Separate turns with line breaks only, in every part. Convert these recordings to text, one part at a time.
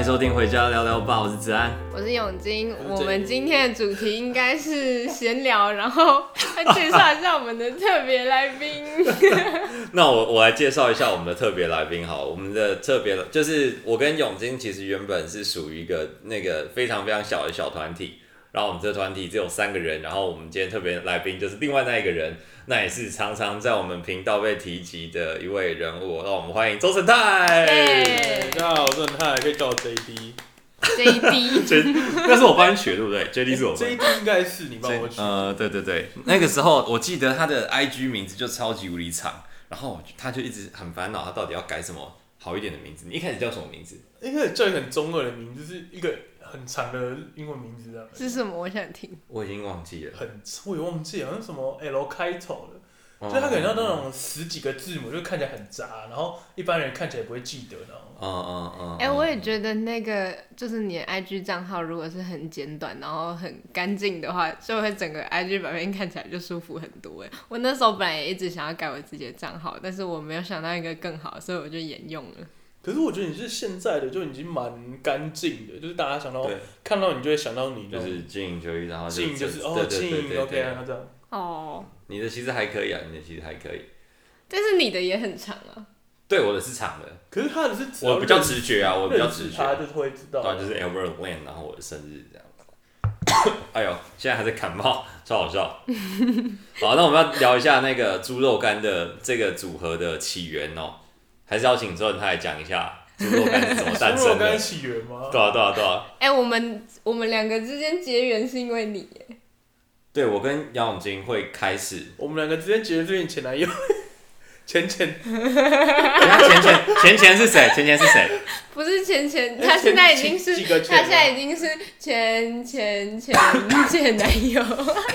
收听《回家聊聊吧》，我是子安，
我是永金。我们今天的主题应该是闲聊，然后来介绍一下我们的特别来宾。
那我来介绍一下我们的特别来宾好，我们的特别就是我跟永金其实原本是属于一个那个非常非常小的小团体，然后我们这个团体只有3个人，然后我们今天特别来宾就是另外那一个人，那也是常常在我们频道被提及的一位人物，让我们欢迎周成泰。
大家好，我是成泰，可以叫我 JD。
那是我帮你取的，对不对？JD 是我帮你取的。
JD 应该是你帮我取。
对，那个时候我记得他的 IG 名字就超级无敌长，然后他就一直很烦恼，他到底要改什么好一点的名字。你一开始叫什么名字？
一开始叫一个很中二的名字，就是一个很长的英文名字，
是什么？我想听。
我已经忘记了。
我也忘记了，好像什么 L 开头的。就他可能要那种10几个字母，就看起来很杂，然后一般人看起来不会记得那种。
我也觉得那个就是你的 IG 账号，如果是很简短，然后很干净的话，就会整个 IG 版面看起来就舒服很多。我那时候本来也一直想要改我自己的账号，但是我没有想到一个更好，所以我就沿用了。
可是我觉得你是现在的就已经蛮干净的，就是大家想到看到你就会想到你，
就是经营就然后
经营就是经营 OK 啊这样。
哦，
你的其实还可以啊，
但是你的也很长啊。
对，我的是长的，
可是他的是
我比较直觉啊，我比较直觉，
他就会知道，
对，就是 Albert Land， 然后我的生日这样。哎呦，现在还在感冒，超好笑。好，那我们要聊一下那个猪肉干的这个组合的起源哦，还是要请周人他来讲一下猪肉干是怎么诞生的？
猪肉干起源吗？
对啊。
我们2个之间结缘是因为你耶。
对，我跟杨永金会开始。
我们2个之间结缘是你前男友。钱是谁？
钱是谁？
不是钱，他现在已经是前男友。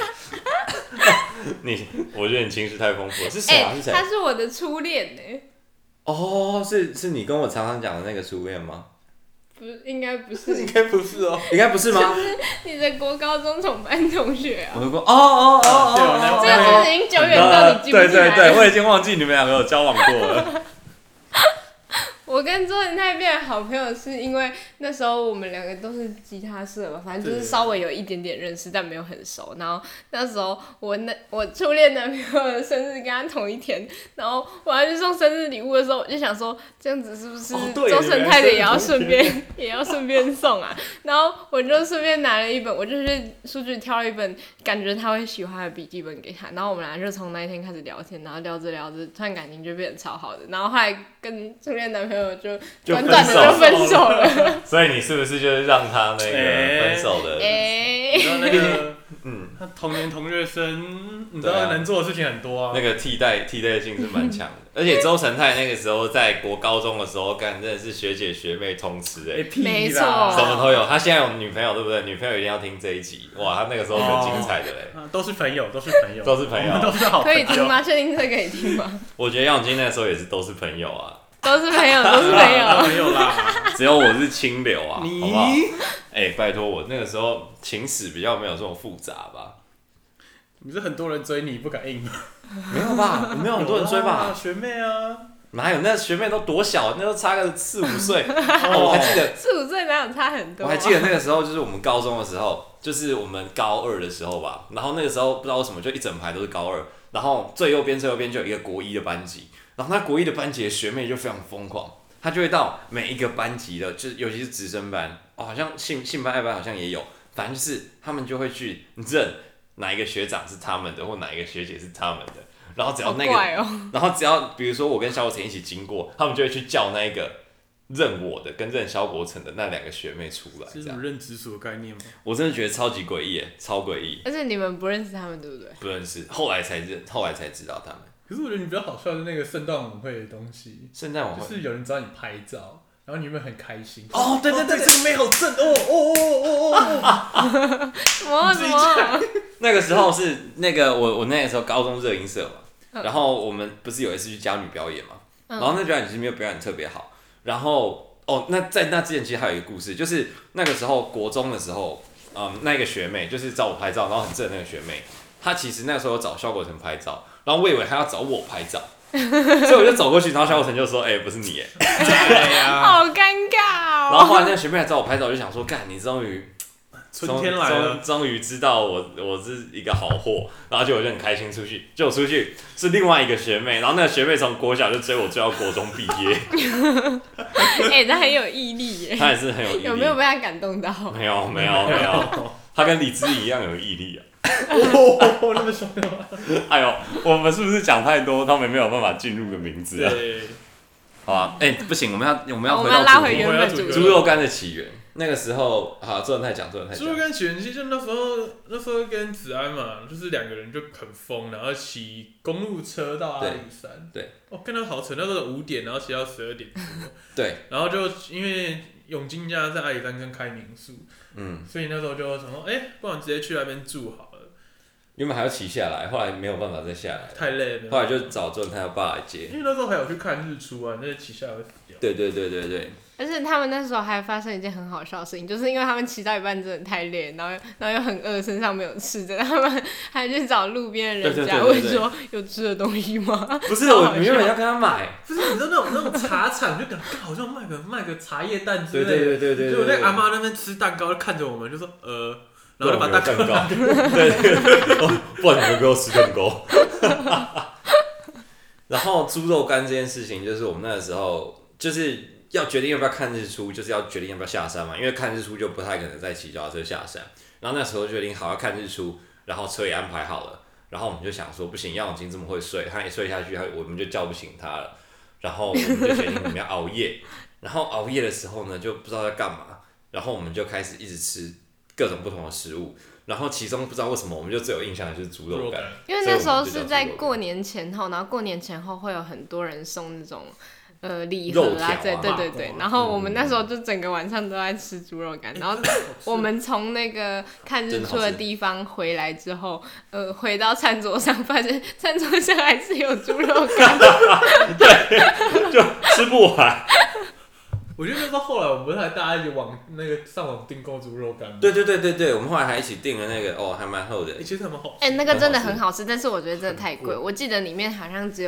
我觉得你情绪太丰富了。是谁啊？是谁？
他是我的初恋呢。
哦，是你跟我常常讲的那个初恋吗？
不，应该不是。
应该不是哦。
应该不是吗？
就是你的国高中同班同学啊。
我的国
这个事情已经久远到你记不起来了。
对，我已经忘记你们2个有交往过了。
我跟周成泰变好朋友是因为那时候我们2个都是吉他社嘛，反正就是稍微有一点点认识，但没有很熟。然后那时候我初恋男朋友的生日跟他同一天，然后我要去送生日礼物的时候，我就想说这样子是不是周成泰的也要顺便送啊？然后我就顺便拿了一本，我就去书局挑了一本感觉他会喜欢的笔记本给他。然后我们俩就从那一天开始聊天，然后聊着突然感情就变得超好的。然后后来跟初恋男朋友就短短的就分手了。
所以你是不是就是让他那个分手的？
你知道那个他同年同月生，你知道能做的事情很多啊。
那个替代性是蛮强的，而且周成泰那个时候在国高中的时候，真的是学姐学妹通吃
没错，
什么都有。他现在有女朋友，对不对？女朋友一定要听这一集，哇，他那个时候很精彩的嘞。
都是朋友，
都是朋友，
我们都是好朋友。
可以听吗？确定这可以听吗？
我觉得杨永金那时候也是都是朋友啊。
都是朋友
没有啦，
只有我是清流啊，
你
好不好？拜托我那个时候情史比较没有这么复杂吧？
你是很多人追你不敢应吗？
没有吧？没有很多人追吧？
学妹啊，
哪有？那学妹都多小，那都差个4、5岁。我还记得
4、5岁哪有差很多？
我还记得那个时候就是我们高中的时候，就是我们高2的时候吧。然后那个时候不知道为什么就一整排都是高2，然后最右边就有一个国1的班级。然后他国1的班级的学妹就非常疯狂，他就会到每一个班级的，就是尤其是直升班，好像信班爱班好像也有，反正就是他们就会去认哪一个学长是他们的，或哪一个学姐是他们的。然后只要那个，然后只要比如说我跟萧国成一起经过，他们就会去叫那个认我的跟认萧国成的那2个学妹出来。
是什么认直属的概念吗？
我真的觉得超级诡异，超诡异。
而且你们不认识他们，对不对？
不认识，后来才知道他们。
可是我觉得你比较好笑的是那个圣诞晚会的东西。
圣诞晚会
就是有人找你拍照，然后你们很开心。
对，
这个妹好正
什么？
那个时候是那个我那个时候高中热音社嘛，然后我们不是有一次去嘉女表演嘛，然后那表演其实没有表演特别好，然后那在那之前其实还有一个故事，就是那个时候国中的时候，那个学妹就是找我拍照，然后很正的那个学妹，她其实那时候有找萧国成拍照。然后我以为他要找我拍照，所以我就走过去，然后萧国成就说：“不是你耶。”
好尴尬好。
然后后来那个学妹来找我拍照，我就想说，干，你终于
春天来了，
终于知道我是一个好货，然后就我就很开心出去，就我出去是另外一个学妹，然后那个学妹从国小就追我追到国中毕业，
他很有毅力耶，
她也是很有毅力，
有没有被他感动到？
没有，她跟李姿一样有毅力啊。
那么凶的吗？
哎呦，我们是不是讲太多他们没有办法进入的名字啊？
对，
好啊，不行，我们要
我
回到
拉回原本主题。
猪肉干的起源。那个时候，好，周文泰讲。
猪肉干起源其实就那时候跟子安嘛，就是2个人就很疯，然后骑公路车到阿里山。
对。
看到好扯，那时候5点，然后骑到12点。
对。
然后就因为永金家在阿里山跟开民宿，所以那时候就想说，不然直接去那边住好了。
原本还要骑下来，后来没有办法再下来，
太累了。
后来就找周文泰他爸来接。
因为那时候还有去看日出啊，那骑下来会死掉。
对。
而且他们那时候还发生一件很好笑的事情，就是因为他们骑到一半真的太累，然后又很饿，身上没有吃的，他们还去找路边的人家问说有吃的东西吗？
不是，我原本要跟他买，
不是你知道那种茶厂就感觉好像卖个茶叶蛋之类的，
对。
就那阿妈那边吃蛋糕，看着我们就说然后就把蛋糕
不然你们给我吃蛋糕。然后猪肉干这件事情，就是我们那个时候就是要决定要不要看日出，就是要决定要不要下山嘛，因为看日出就不太可能再骑脚踏车下山。然后那时候决定好要看日出，然后车也安排好了，然后我们就想说不行，杨永金这么会睡，他一睡下去，我们就叫不醒他了。然后我们就决定我们要熬夜，然后熬夜的时候呢，就不知道在干嘛，然后我们就开始一直吃各种不同的食物，然后其中不知道为什么我们就最有印象的就是猪肉干，
因为那时候是在过年前后，然后过年前后会有很多人送那种礼盒啊，对，然后我们那时候就整个晚上都在吃猪肉干，然后我们从那个看日出的地方回来之后，回到餐桌上，发现餐桌上还是有猪肉干，
对，就吃不完。
我觉得那时候后来我们还大家一起上网订购猪肉干。
对，我们后来还一起订了那个还蛮厚的。
其实还蛮好吃。
那个真的很好吃，但是我觉得真的太贵。我记得里面好像只有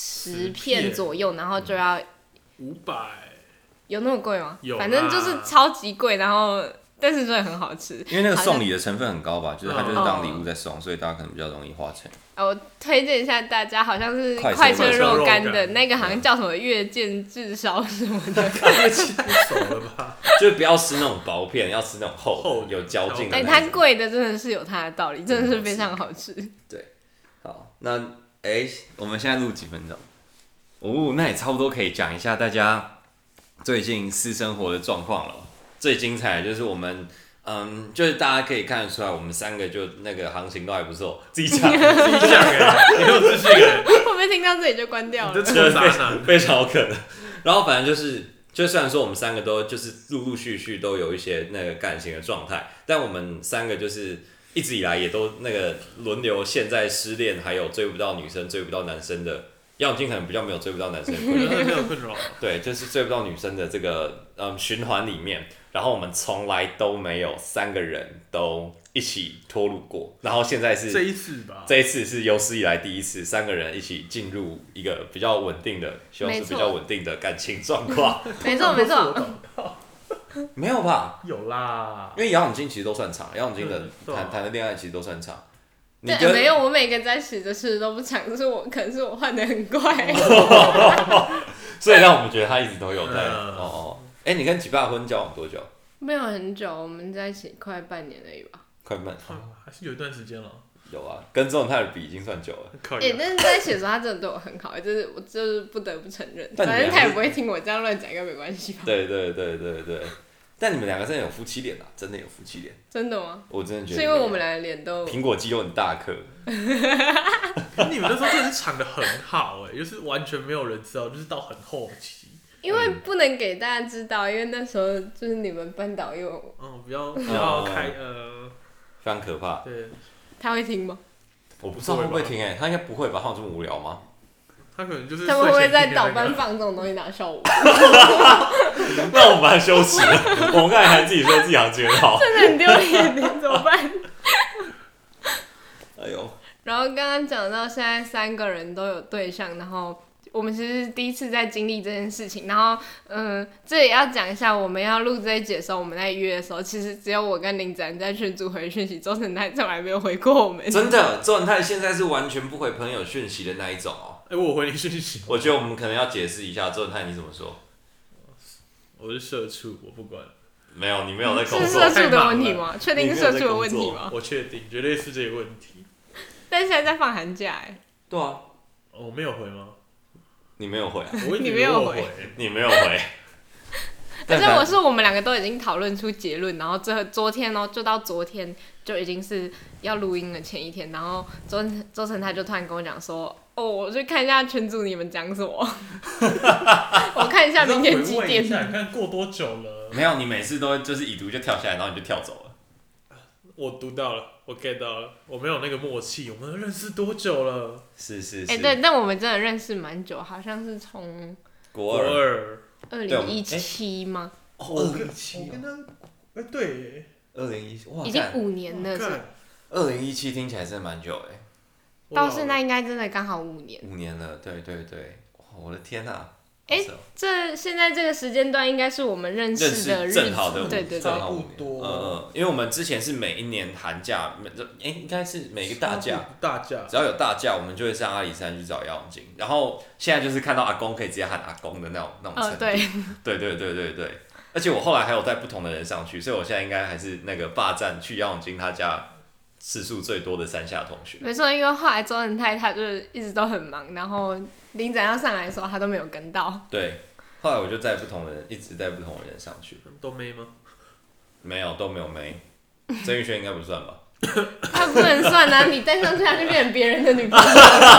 10片左右，然后就要
500。
有那么贵吗？
有，
反正就是超级贵，然后但是真的很好吃。
因为那个送礼的成分很高吧，就是它就是当礼物在送，所以大家可能比较容易花钱。
我推荐一下大家，好像是快车肉干的那个，好像叫什么月见炙烧什么的。
太熟了吧？
就不要吃那种薄片，要吃那种厚有嚼劲的。
它贵的真的是有它的道理，真的是非常好吃。
对，好，那我们现在录几分钟？那也差不多可以讲一下大家最近私生活的状况了。最精彩的就是我们。就是大家可以看得出来，我们3个就那个行情都还不错，自己讲，你
有自信人。
会不会听到这里就关掉了？
非常有可能。然后反正就虽然说我们3个都就是陆陆续续都有一些那个感情的状态，但我们3个就是一直以来也都那个轮流现在失恋，还有追不到女生、追不到男生的。耀金可能比较没有追不到男生的
困扰，
对，就是追不到女生的这个循环里面，然后我们从来都没有3个人都一起脱乳过，然后现在是
这一次吧，
这一次是有史以来第一次3个人一起进入一个比较稳定的，希望是比较稳定的感情状况。
没错，
没有吧？
有啦，
因为姚永金其实都算长，姚永金的谈的恋爱其实都算长。
对，没有，我每个在一起的事都不长，就是可能是我换的很快，
所以让我们觉得他一直都有在。你跟吉爸婚交往多久？
没有很久，我们在一起快半年而已吧。
快半，
还是有一段时间了。
有啊，跟周永泰的比已经算久了。
但是在一起的时候，他真的对我很好，我就是不得不承认。反正他也不会听我这样乱讲，应该没关系吧？
对。但你们2个真的有夫妻脸啊，真的有夫妻脸。
真的吗？
我真的觉得
是因为我们2个脸都
苹果肌都很大颗。
你们那时候真的是藏得很好就是完全没有人知道，就是到很后期。
因为不能给大家知道，因为那时候就是你们班导又
不要开
非常可怕。
对，
他会听吗？
我不知道会不会听他应该不会吧？他有这么无聊吗？
他可能就是
他们会不会在导班放这种东西拿笑我？
那我蛮羞耻的。我们刚才还自己说自己行情很好，
真的很丢脸，怎么办？
哎呦！
然后刚刚讲到现在3个人都有对象，然后我们其实是第一次在经历这件事情，然后这也要讲一下，我们要录这一集的时候，我们在约的时候，其实只有我跟林展在群组回讯息，周成泰从来没有回过我们。
真的，周成泰现在是完全不回朋友讯息的那一种哦。
我回你讯息。
我觉得我们可能要解释一下，周成泰你怎么说？
我是社畜，我不管。
没有，你没有在工作。
是社畜的问题吗？确定是社畜的问题吗？
我确定，绝对是这个问题。
但现在在放寒假
对啊。
我没有回吗？
你没有回啊？
你没有回，
你没有回。
而且我们两个都已经讨论出结论，然后昨天就到昨天就已经是要录音的前一天，然后周成泰就突然跟我讲说，我去看一下群组你们讲什么，我看一下明天几点。
你看过多久了？
没有，你每次都就是已读就跳下来，然后你就跳走了。
我读到了，我 get 到了，我们有那个默契，我们认识多久了？
是。
对，但我们真的认识蛮久，好像是从
国二
2017吗
？2017，
我跟他，对
，2017，哇，
已经5年了。
2017听起来真的蛮久哎。
到现在应该真的刚好5年。
5年了，对，我的天哪！
这现在这个时间段应该是我们认识的日子，
正好的
对，
差不多。
因为我们之前是每一年寒假，应该是每个大假，只要有大假，我们就会上阿里山去找姚永金。然后现在就是看到阿公可以直接喊阿公的那种程度。对。而且我后来还有带不同的人上去，所以我现在应该还是那个霸占去姚永金他家次数最多的山下同学。
没错，因为后来周成泰他就是一直都很忙，然后林展要上来的时候他都没有跟到。
对，后来我就一直带不同的人上去。
都妹吗？
没有，都没有妹。曾玉轩应该不算吧？
他不能算啊！你带上去他就变成别人的女朋友。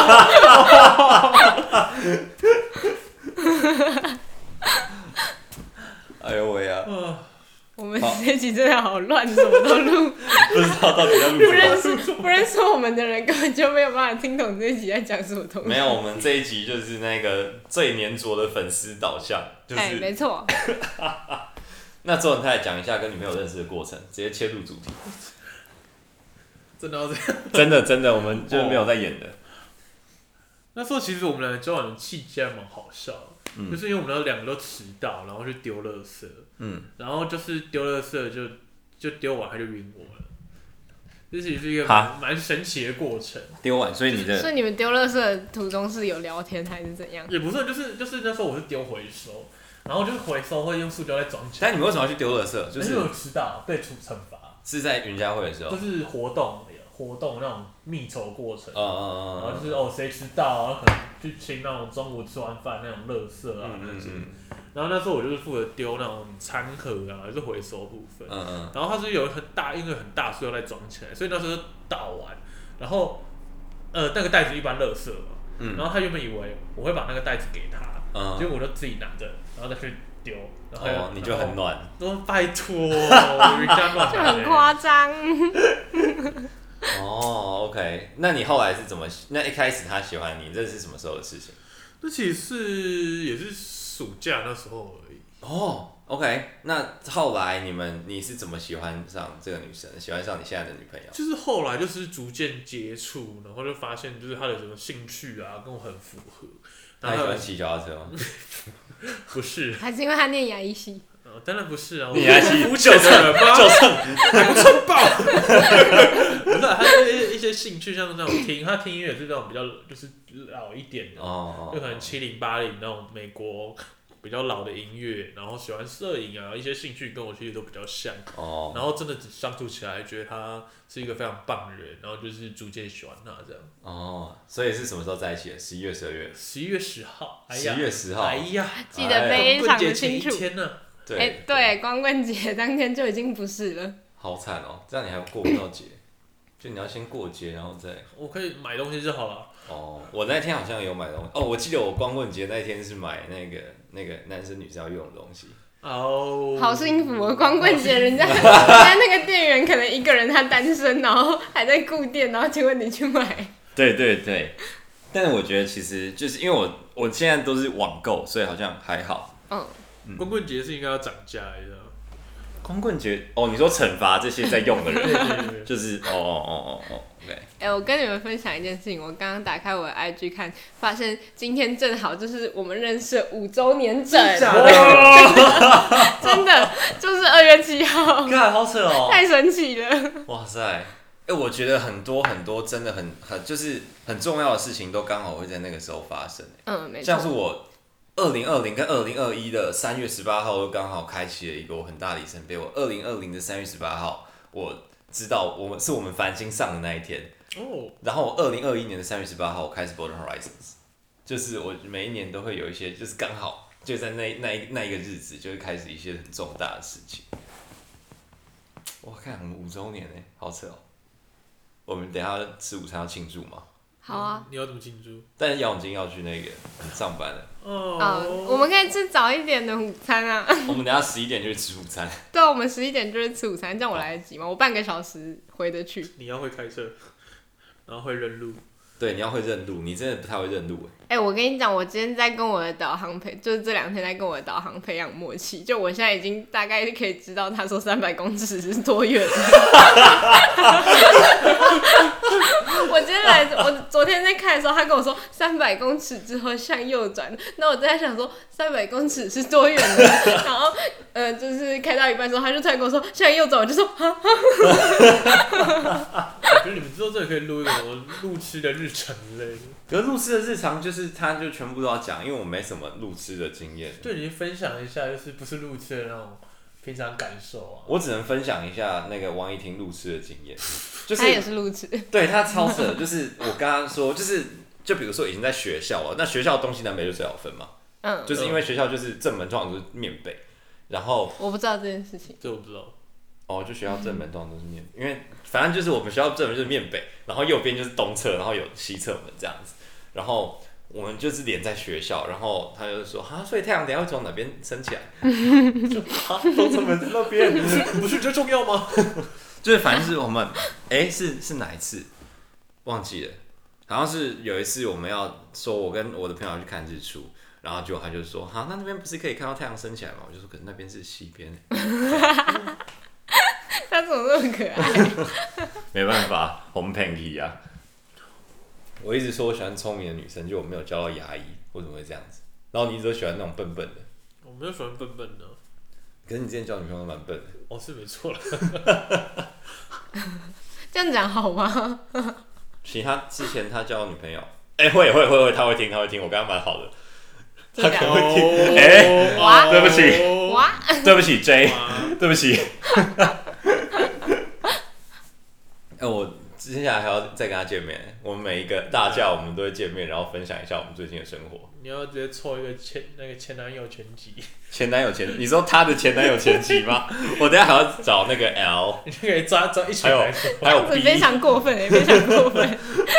哎呦喂呀！
我们这集真的好乱，什么都录，
不知道到底要录什么。
不认识我们的人根本就没有办法听懂这一集在讲什么东西。
没有，我们这一集就是那个最黏着的粉丝导向，就是
没错。
那周成泰讲一下跟女朋友认识的过程，直接切入主题。
真的要这样？
真的，我们就没有在演的。
那时候其实我们两个交往的契机还蛮好笑的。就是因为我们两个都迟到，然后去丢垃圾，然后就是丢垃圾就丢完他就晕我了，这其实是一个蛮神奇的过程。
丢完，所以
你们丢垃圾的途中是有聊天还是怎样？
也不是，就是那时候我是丢回收，然后就是回收会用塑胶袋装起来。
但你们为什么要去丢垃圾？就是
因为我迟到被惩罚。
是在云家会的时候。
就是活动那种密筹过程，然后就是谁迟到，然后可能去清那种中午吃完饭那种垃圾啊那些，然后那时候我就是负责丢那种餐盒啊，还是回收部分，然后它是有因为很大塑料袋装起来，所以那时候倒完，然后那个袋子一般垃圾嘛，然后他原本以为我会把那个袋子给他，结果我就自己拿着，然后再去丢，然后
你就很暖，
都拜托，人家暖，
就很夸张。
OK， 那你后来是怎么？那一开始他喜欢你，这是什么时候的事情？
那其实也是暑假那时候而已。
OK， 那后来你是怎么喜欢上这个女生？喜欢上你现在的女朋友？
就是后来就是逐渐接触，然后就发现就是她的什么兴趣啊跟我很符合。
她喜欢骑脚踏车吗？
不是，
还是因为他念牙医系？
当然不是啊，
你还骑
就蹭吗？
就蹭，
还不蹭爆？不是，他一些兴趣，像那种他听音乐是那种比较就是老一点的，就可能70、80那种美国比较老的音乐，然后喜欢摄影啊，一些兴趣跟我其实都比较像，然后真的相处起来，觉得他是一个非常棒的人，然后就是逐渐喜欢他这样。
所以是什么时候在一起的？11月、12月
？11月10号。
11月10号。
哎呀，
记得非常的清楚。
光棍节前一天呢？
对，光棍节当天就已经不是了。
好惨哦，这样你还过不到节，就你要先过节，然后再。
我可以买东西就好了。
我那天好像有买东西。我记得我光棍节那天是买那个男生女生要用的东西。
好幸福哦！光棍节人家那个店员可能一个人他单身，然后还在顾店，然后结果你去买。
对。但是我觉得其实就是因为我现在都是网购，所以好像还好。
光棍节是应该要涨价的。
光棍节哦，你说惩罚这些在用的人，
对
就是OK。
我跟你们分享一件事情，我刚刚打开我的 IG 看，发现今天正好就是我们认识的5周年整，真的就是2月7号，
看好扯哦，
太神奇了，
哇塞！我觉得很多真的很就是很重要的事情都刚好会在那个时候发生。
没错。
像是我2020跟2021的3月18号都刚好开启了一个我很大的里程碑。我2020的3月18号，我知道我们繁星上的那一天。然后我2021年的3月18号，我开始 Border Horizons， 就是我每一年都会有一些，就是刚好就在那一个日子，就会开始一些很重大的事情。哇，看我们5周年哎，好扯哦！我们等一下吃午餐要庆祝吗？
好啊。
你要怎么庆祝？
但是姚永金要去那个上班了。
我们可以吃早一点的午餐啊。
我们等一下11点就去吃午餐。
对啊，我们11点就去吃午餐，这样我来得及吗？我半个小时回得去。
你要会开车，然后会认路。
对，你要会认路，你真的不太会认路
我跟你讲，我今天在跟我的导航就是这2天在跟我的导航培养默契，就我现在已经大概可以知道他说300公尺是多远了。我昨天在看的时候，他跟我说300公尺之后向右转，那我在想说300公尺是多远呢？然后就是开到一半的时候，他就突然跟我说向右转，我就说哈。
我觉得你们之后真的可以录一个什么路痴的日程之类的。
可是路痴的日常就是他就全部都要讲，因为我没什么路痴的经验。
对，你分享一下，就是不是路痴的那种平常感受啊。
我只能分享一下那个王怡婷路痴的经验，就是
他也是路痴，
对他超扯，就是我刚刚说，就比如说已经在学校了，那学校东西南北就最好分嘛，就是因为学校就是正门通常都是面北，然后
我不知道这件事情，
这我不知道。
就学校正门通常都是面北，因为反正就是我们学校正门就是面北，然后右边就是东侧，然后有西侧门这样子，然后我们就是连在学校，然后他就说所以太阳等一下会从哪边升起来？就东侧门在那边，
不是这重要吗？
就是反正是我们是哪一次忘记了，好像是有一次我们要说我跟我的朋友去看日出，然后他就说那边不是可以看到太阳升起来吗？我就说可是那边是西边。
他怎么那么可爱？
没办法，红 panky 啊！我一直说我喜欢聪明的女生，就我没有交到牙医，为什么会这样子？然后你一直都喜欢那种笨笨的。
我没有喜欢笨笨的。
可是你之前交女朋友都蛮笨的。
是没错了。
这样讲好吗？
其实他之前他交女朋友，会，他会听，我跟他蛮好的。他可能会听，对不起，对不起 J， 对不起。我接下来还要再跟他见面，我们每一个大假我们都会见面，然后分享一下我们最近的生活。
你要直接凑一个前男友全集。
前男友你说他的前男友前集吗？我等一下还要找那个 L，
你可以抓一群来说，
还有 B，
非常过分，非常过分。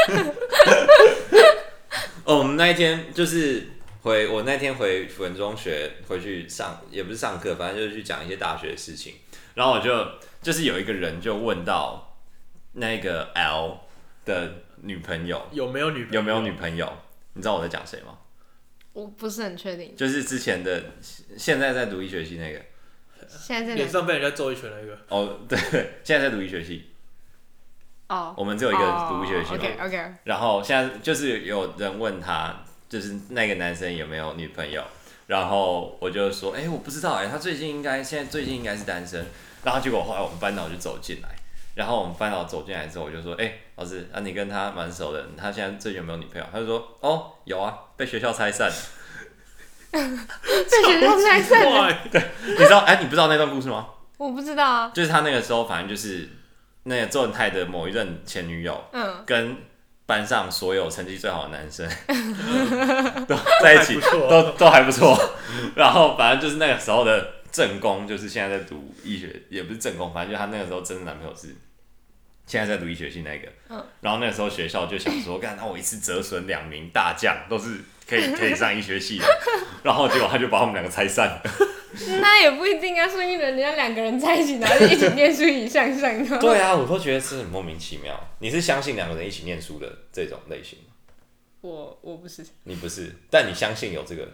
我们那一天就是我那天回辅仁中学回去也不是上课，反正就是去讲一些大学的事情。然后就是有一个人就问到那个 L 的女朋友
有没有女
朋友？你知道我在讲谁吗？
我不是很确定。
就是之前的，现在在读医学系那个。
现在在
脸上被人家揍一拳那个。
对，现在在读医学系。我们只有一个读医学系嘛。
OK。
然后现在就是有人问他，就是那个男生有没有女朋友？然后我就说，我不知道他最近应该是单身。然后结果后来我们班导就走进来，然后我们班导走进来之后，我就说，老师你跟他蛮熟的，他现在最近有没有女朋友？他就说，有啊，被学校拆散了。
被学校拆散了。
对，你知道你不知道那段故事吗？
我不知道啊。
就是他那个时候，反正就是那个周文泰的某一任前女友，跟班上所有成绩最好的男生都在一起，都还不错。然后反正就是那个时候的正宫，就是现在在读医学，也不是正宫，反正就是他那个时候真的男朋友是现在在读医学系那个。然后那个时候学校就想说，那我一次折损2名大将，都是可以上医学系的。然后结果他就把他们2个拆散了。
那也不一定啊，说不定人家2个人在一起，然后一起念书，一起向上。
对啊，我都觉得是很莫名其妙。你是相信2个人一起念书的这种类型吗？
我不是。
你不是，但你相信有这个？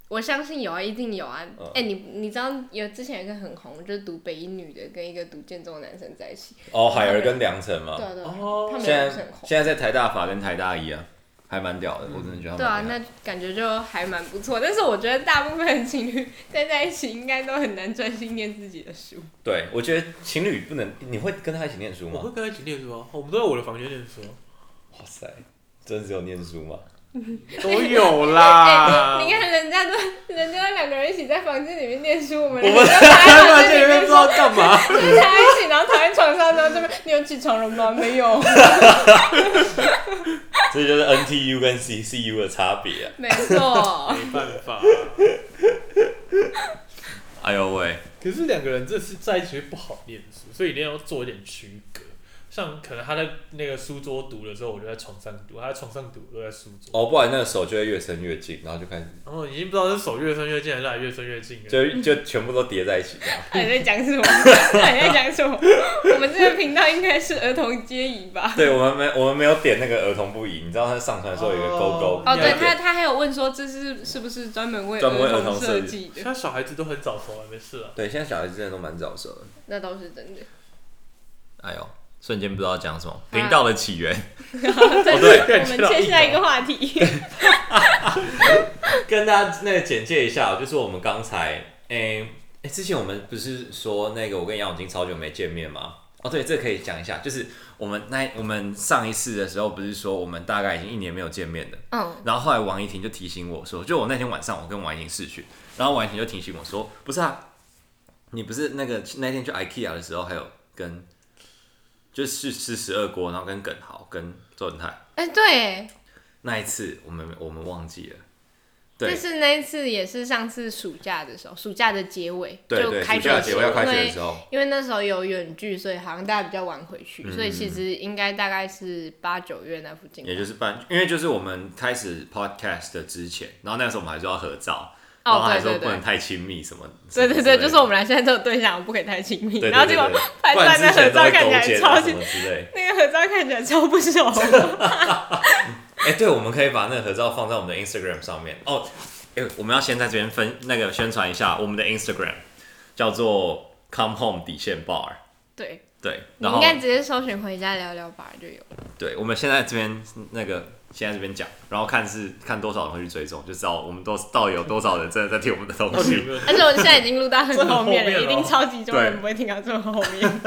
我相信有啊，一定有啊。你知道之前有一个很红，就是读北一女的跟一个读建中的男生在一起。
海儿跟梁晨嘛。
对，他们
现
很红。
在在台大法跟台大一啊，还蛮屌的，我真的觉得。
对啊，那感觉就还蛮不错。但是我觉得大部分的情侣在一起，应该都很难专心念自己的书。
对，我觉得情侣不能，你会跟他一起念书吗？
我会跟他一起念书啊，我们都在我的房间念书。
哇塞，真的只有念书吗？
都有啦。
你看人家两个人一起在房间里面念书，我们
在房间里面不知道干嘛，
就是在一起，然后躺在床上，然后这边你有起床了吗？没有。
这就是 NTU 跟 CCU 的差别啊。
没错。
没办法。
哎呦喂！
可是两个人这是在一起会不好念书，所以一定要做一点区隔。像可能他在那个书桌读的时候，我就在床上读；他在床上读，我都在书桌。
不然那个手就会越伸越近，然后就开始。
然后已经不知道是手越伸越近，还是还越伸越近了。
就全部都叠在一起。
他在讲什么？我们这个频道应该是儿童皆宜吧？
对，我们没有点那个儿童不宜，你知道他上传的时候有一个勾勾。
对，他还有问说这是不是专门为儿童设计的？
现在小孩子都很早熟，没事了。
对，现在小孩子真的都蛮早熟的。
那倒是真的。
哎呦！瞬间不知道讲什么，频道的起源。
对，我们切下一个话题。
跟大家那个简介一下，就是我们刚才，之前我们不是说那个我跟杨永金超久没见面吗？对，这个可以讲一下，就是我们上一次的时候不是说我们大概已经1年没有见面了，然后后来王怡婷就提醒我说，就我那天晚上我跟王怡婷视讯，然后王怡婷就提醒我说，不是啊，你不是那天去 IKEA 的时候还有跟。就是吃12锅，然后跟耿豪、跟周文泰。
对。
那一次我们忘记了。
对。但是那一次也是上次暑假的时候，暑假的结尾。
对，
就开学
暑假结尾要开学的时候。
因为那时候有远距，所以好像大家比较晚回去，所以其实应该大概是8、9月那附近。
也就是因为就是我们开始 podcast 的之前，然后那时候我们还是要合照。然后还说不能太亲密什么。
对，就是我们俩现在都有对象，不可以太亲密。然后结果拍出来那合照看起来超级，那个合照看起来超不熟。
对，我们可以把那个合照放在我们的 Instagram 上面。我们要先在这边宣传一下我们的 Instagram， 叫做 Come Home _bar。对，
你应该直接搜寻回家聊聊吧就有了。
对，我们现在这边现在这边讲，然后看多少人会去追踪，就知道我们到底有多少人真的在听我们的东西。
而且我现在已经录到很后面了，一定超级多人不会听到这么后面。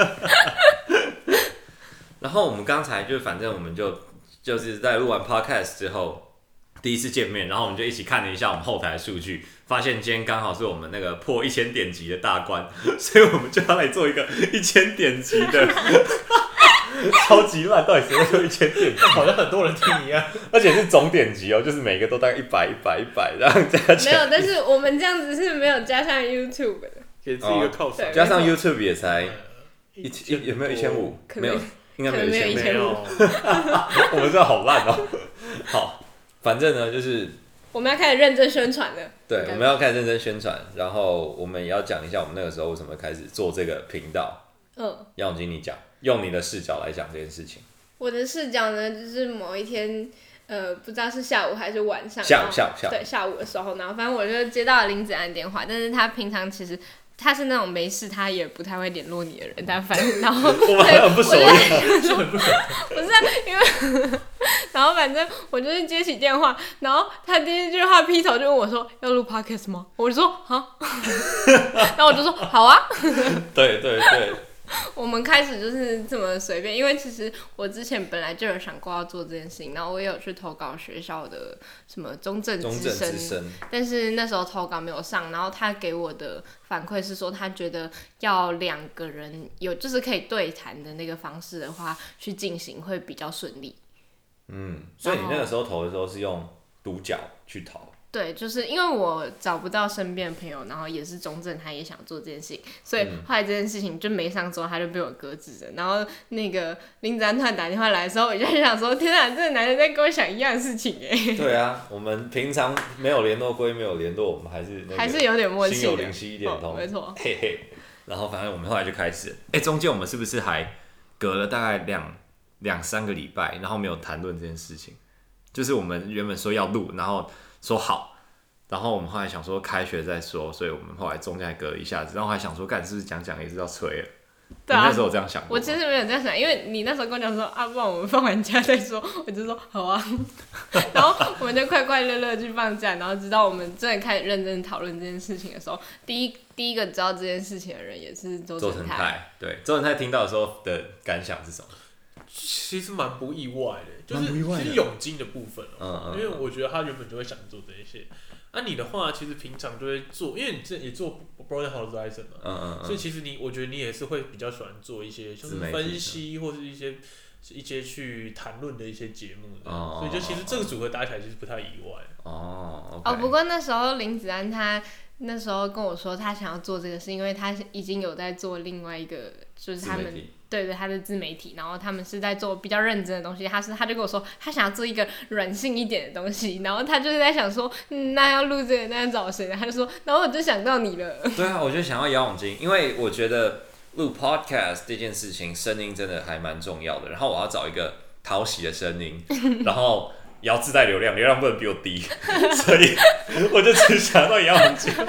然后我们刚才反正我们就是在录完 podcast 之后第一次见面，然后我们就一起看了一下我们后台的数据，发现今天刚好是我们那个破1000点击的大关，所以我们就要来做一个1000点击的。超级烂，到底谁会做1000点击？
好像很多人听一样，
而且是总点击哦，就是每个都大概100这样加起来。
没有，但是我们这样子是没有加上 YouTube 的，
给自己一个犒赏。
加上 YouTube 也才有没有1500？没有，应该没有1500。我们这好烂哦。好，反正呢就是
我们要开始认真宣传了。
对，我们要开始认真宣传，然后我们也要讲一下我们那个时候为什么开始做这个频道。杨永金，你讲。用你的视角来讲这件事情。
我的视角呢，就是某一天，不知道是下午还是晚上，对，下午的时候，然后反正我就接到了林子安电话，但是他平常其实他是那种没事他也不太会联络你的人，但反正然后
我们很不熟悉，
不是因为然后反正我就是接起电话，然后他第一句话劈头就问我说要录 podcast 吗？我就说好，然后我就说好啊，
对。
我们开始就是这么随便，因为其实我之前本来就有想过要做这件事情，然后我也有去投稿学校的什么中正之声，但是那时候投稿没有上，然后他给我的反馈是说他觉得要2个人就是可以对谈的那个方式的话去进行会比较顺利。
所以你那个时候投的时候是用独角去投。
对，就是因为我找不到身边的朋友，然后也是中正，他也想做这件事情，所以后来这件事情就没上周，他就被我搁置了。然后那个林子安突然打电话来的时候，我就想说：天啊，这个男人在跟我想一样的事情哎。对
啊，我们平常没有联络归没有联络，我们还是
有点默契的，
心有灵犀一点通，
没错。
嘿嘿。然后反正我们后来就开始，中间我们是不是还隔了大概2-3个礼拜，然后没有谈论这件事情？就是我们原本说要录，然后说好， 然后我们后来想说开学再说，所以我们后来中间还隔了一下子，然后还想说干是不是讲也是要催了。
对啊，
你那时候有这样想过吗？
我其实没有这样想，因为你那时候跟我讲说啊，不然我们放完假再说，我就说好啊，然后我们就快快乐乐去放假，然后直到我们真的开始认真讨论这件事情的时候，第一个知道这件事情的人也是周成泰。
对，周成泰听到的时候的感想是什么？
其实蛮不意外的，就是
蛮不意外的
其实永金的部分因为我觉得他原本就会想做这一些。你的话，其实平常就会做，因为你也做 Broken Horizon 嘛，所以其实我觉得你也是会比较喜欢做一些像是分析或是一些去谈论的一些节目的，所以就其实这个组合搭起来其实不太意外。
不过那时候林子安他那时候跟我说他想要做这个，是因为他已经有在做另外一个，就是他们对他的自媒体，然后他们是在做比较认真的东西。他就跟我说他想要做一个软性一点的东西，然后他就是在想说，那要录这个，那要找谁呢？他就说，然后我就想到你了。
对啊，我就想要姚永金，因为我觉得录 podcast 这件事情声音真的还蛮重要的，然后我要找一个讨喜的声音，然后也要自带流量不能比我低，所以我就只想到姚永金。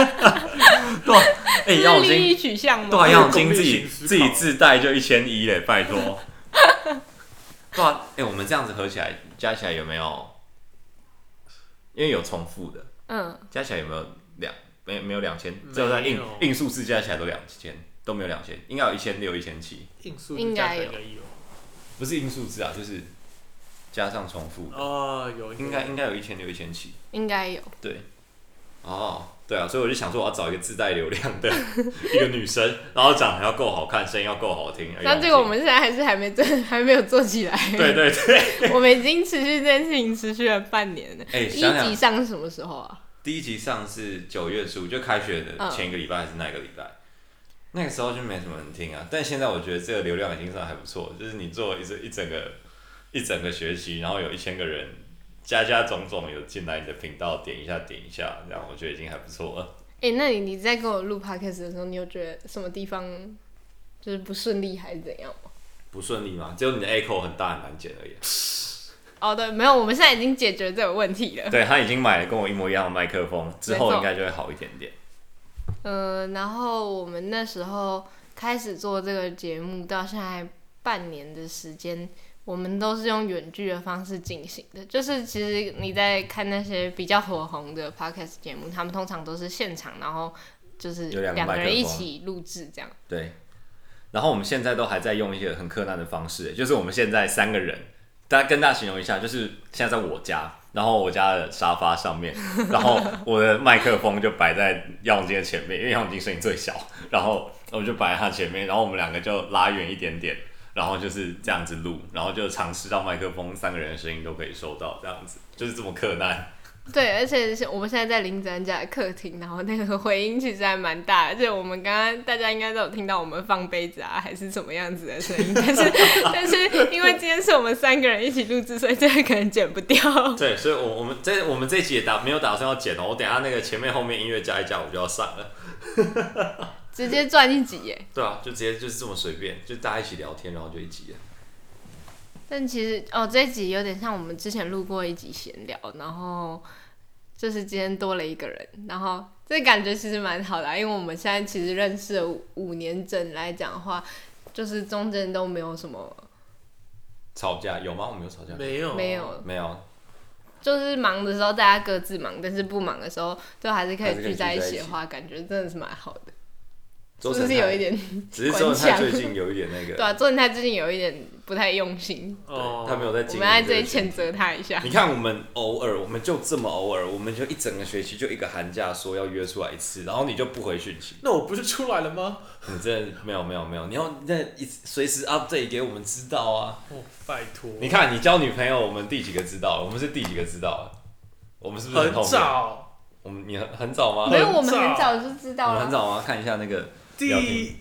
对，姚永金利
益取向吗？
对啊，姚永金自己自带就1100嘞，拜托。对啊，我们这样子合起来加起来有没有？因为有重复的，加起来有没有没有2000？只有在硬数字加起来都2000，都没有2000，应该有1600、1700。
硬数字加起来应该有，
不是硬数字啊，就是加上重复的
有
应该有1600、1700，
应该有。
对，对啊，所以我就想说我要找一个自带流量的一个女生，然后长得要够好看，声音要够好听。
但这个我们现在还没有做起来。
对，
我们已经持续这件事情持续了半年了。
第
一集上是什么时候啊？
第一集上是9月初，就开学的前一个礼拜还是那个礼拜？那个时候就没什么人听啊。但现在我觉得这个流量已经算还不错，就是你做一整个学期，然后有1000个人。加种种有进来你的频道，点一下，这样我觉得已经还不错了。
那你在跟我录 podcast 的时候，你有觉得什么地方就是不顺利还是怎样吗？
不顺利吗？只有你的 echo 很大很难剪而已。
对，没有，我们现在已经解决这个问题了。
对，他已经买了跟我一模一样的麦克风，之后应该就会好一点点。
然后我们那时候开始做这个节目，到现在半年的时间。我们都是用远距的方式进行的，就是其实你在看那些比较火红的 podcast 节目，他们通常都是现场，然后就是两个人一起录制这样。
对，然后我们现在都还在用一些很困难的方式，就是我们现在3个人，跟大家形容一下，就是现在在我家，然后我家的沙发上面，然后我的麦克风就摆在姚永金的前面，因为姚永金声音最小，然后我就摆在他前面，然后我们2个就拉远一点点。然后就是这样子录，然后就尝试到麦克风3个人的声音都可以收到，这样子就是这么困难。
对，而且我们现在在林子安家的客厅，然后那个回音其实还蛮大的，而且我们刚刚大家应该都有听到我们放杯子啊，还是什么样子的声音，但是因为今天是我们3个人一起录制，所以这个可能剪不掉。对，
所以我们这一集也没有打算要剪哦，我等一下那个前面后面音乐加一加，我就要上了。
直接赚1集耶！
对啊，就直接就是这么随便，就大家一起聊天，然后就1集了。
但其实这一集有点像我们之前录过一集闲聊，然后就是今天多了一个人，然后这感觉其实蛮好的因为我们现在其实认识了5年整来讲的话，就是中间都没有什么
吵架，有吗？我们有吵架？
没
有。就是
忙的时候大家各自忙，但是不忙的时候都还是可以聚在一起的话，感觉真的是蛮好的。是不是有一点？
只是周成泰最近有一点那个。
对啊，周成泰最近有一点不太用心。
他没有在经营。
我们在这里谴责他一下。
你看我们我们就这么偶尔，我们就一整个学期就一个寒假说要约出来一次，然后你就不回讯息。
那我不是出来了吗？
你真的没有，你要随时 update 给我们知道啊。
拜托。
你看你交女朋友，我们第几个知道了？我们是第几个知道了？我们是不是很
早？
你很早吗？
没有，我们很早就知道了。
我们很早吗？看一下那个。
第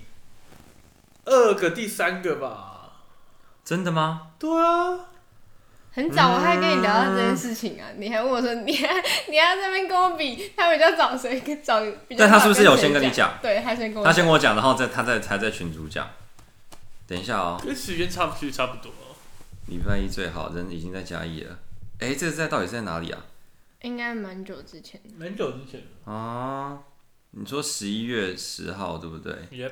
2个、第3个吧？
真的吗？
对啊，
很早我还跟你聊到这件事情啊，你还问我说你要在那边跟我比，他比较早谁早比较。
但他是不是有先跟你讲？
对，他先跟
我讲，然后他在群组讲。等一下哦，
跟时间差不多。
礼拜1最好，人已经在嘉义了。这到底是在哪里啊？
应该蛮久之前。
蛮久之前
啊，你说11月10号对不对
？Yep。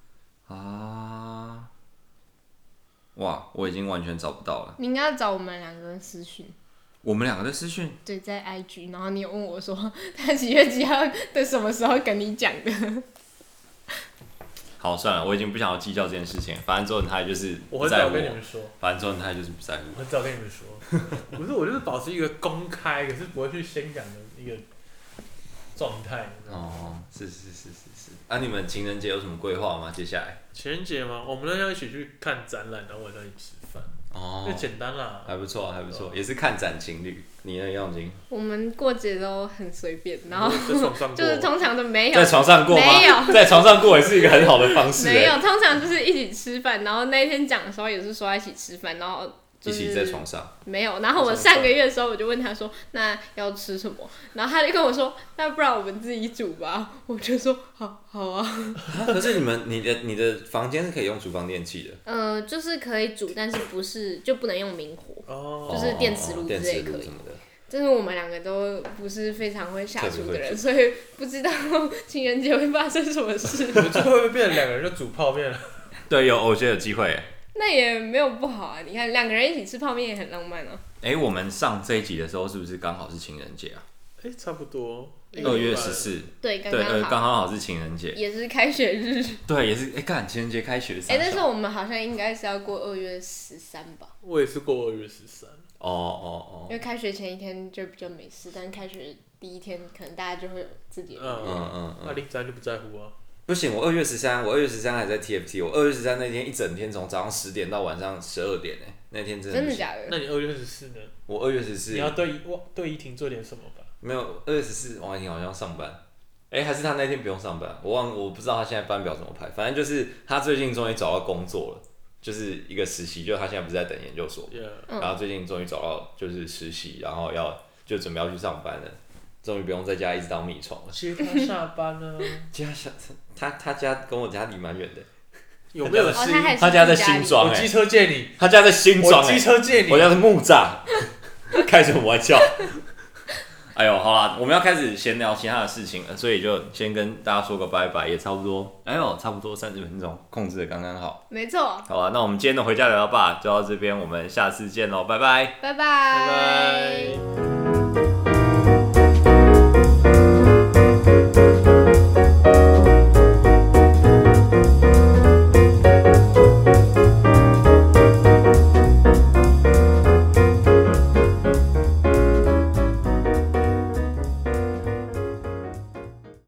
啊，哇，我已经完全找不到了。
你应该要找我们两个人私讯。
我们两个的私讯？
对，在 IG， 然后你有问我说他几月几号的什么时候跟你讲的。
好，算了，我已经不想要计较这件事情。反正周文泰就是
我很早跟你们说，
反正周文泰就是不在乎。
我很早跟你们说，不是我就是保持一个公开，可是不会去宣讲的一个状态。
哦，是。啊，你们情人节有什么规划吗？接下来？
情人节吗？我们那天要一起去看展览，然后晚上一起吃饭。
哦，
就简单啦。
还不错，也是看展情侣。你呢，样金？
我们过节都很随便，然后
在床上过
就是通常都没有
在床上过吗？
没有，
在床上过也是一个很好的方式。
没有，通常就是一起吃饭，然后那一天讲的时候也是说要一起吃饭，然后。
一起在床上
没有，然后我上个月的时候我就问他说，那要吃什么？然后他就跟我说，那不然我们自己煮吧。我就说好啊。
可是你的房间是可以用厨房电器的？
就是可以煮，但是就不能用明火，就是电磁炉之类可以。就是我们两个都不是非常会下厨的人，所以不知道情人节会发生什么事。
最后会不会变成两个人就煮泡面了？
对，我觉得有机会。
那也没有不好啊，你看两个人一起吃泡面也很浪漫啊。
我们上这一集的时候是不是刚好是情人节啊？
差不多。
2月14。
对，
刚好是情人节，
也是开学日。
对，也是情人节开学。
但是我们好像应该是要过2月13吧。
我也是过2月13。
哦。
因为开学前一天就比较没事，但开学第一天可能大家就会有自己的。
那林咱就不在乎啊。
不行，我2月13还在 TFT， 我2月13那天一整天从早上10点到晚上12点那天
真的假的？
那你2月14呢？
我2月14，你
要对依婷做点什么吧？
没有，2月14王依婷好像上班，还是他那天不用上班，我不知道他现在班表怎么排，反正就是他最近终于找到工作了，就是一个实习，就他现在不是在等研究所，然后最近终于找到就是实习，然后就准备要去上班了。终于不用在家一直当米虫了。
接他下班呢？
他家跟我家离蛮远的。
有没有新？
他家在新庄
我机车借你。
他家在新庄
我机车借你。
我家是木栅。开什么玩笑？哎呦，好啦，我们要开始闲聊其他的事情了，所以就先跟大家说个拜拜，也差不多。差不多30分钟，控制的刚刚好。
没错。
好啦，那我们今天的回家聊聊吧就到这边，我们下次见喽，拜拜。
拜拜。